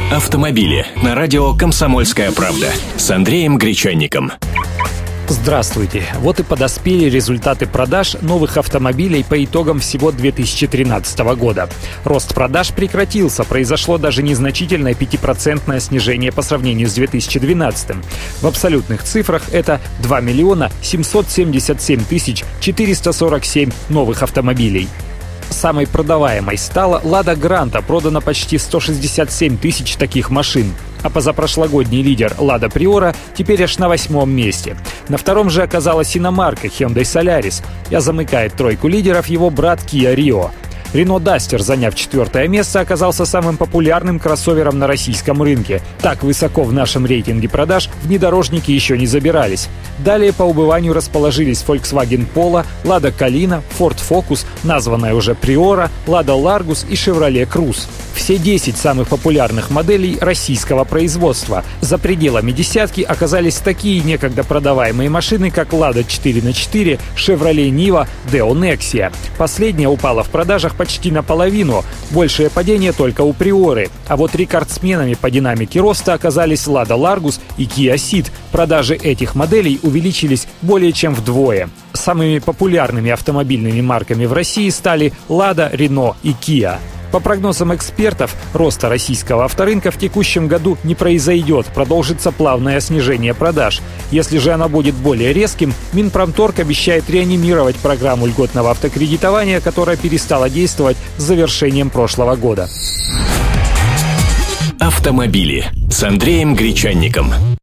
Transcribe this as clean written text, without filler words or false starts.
Автомобили на радио «Комсомольская правда» с Андреем Гречанником. Здравствуйте! Вот и подоспели результаты продаж новых автомобилей по итогам всего 2013 года. Рост продаж прекратился, произошло даже незначительное 5% снижение по сравнению с 2012. В абсолютных цифрах это 2 миллиона 777 тысяч 447 новых автомобилей. Самой продаваемой стала «Лада Гранта», продано почти 167 тысяч таких машин. А позапрошлогодний лидер «Лада Приора» теперь аж на 8-м месте. На втором же оказалась иномарка Hyundai Solaris, а замыкает тройку лидеров его брат Kia Rio. Renault Duster, заняв 4-е место, оказался самым популярным кроссовером на российском рынке. Так высоко в нашем рейтинге продаж внедорожники еще не забирались. Далее по убыванию расположились Volkswagen Polo, Lada Kalina, Ford Focus, названная уже Priora, Lada Largus и Chevrolet Cruze. Все 10 самых популярных моделей российского производства. За пределами десятки оказались такие некогда продаваемые машины, как Lada 4x4, Chevrolet Niva, Deo Nexia. Последняя упала в продажах почти наполовину. Большее падение только у Приоры. А вот рекордсменами по динамике роста оказались Lada Largus и Kia Ceed. Продажи этих моделей увеличились более чем вдвое. Самыми популярными автомобильными марками в России стали Lada, Renault и Kia. По прогнозам экспертов, роста российского авторынка в текущем году не произойдет, продолжится плавное снижение продаж. Если же оно будет более резким, Минпромторг обещает реанимировать программу льготного автокредитования, которая перестала действовать с завершением прошлого года. Автомобили с Андреем Гречанником.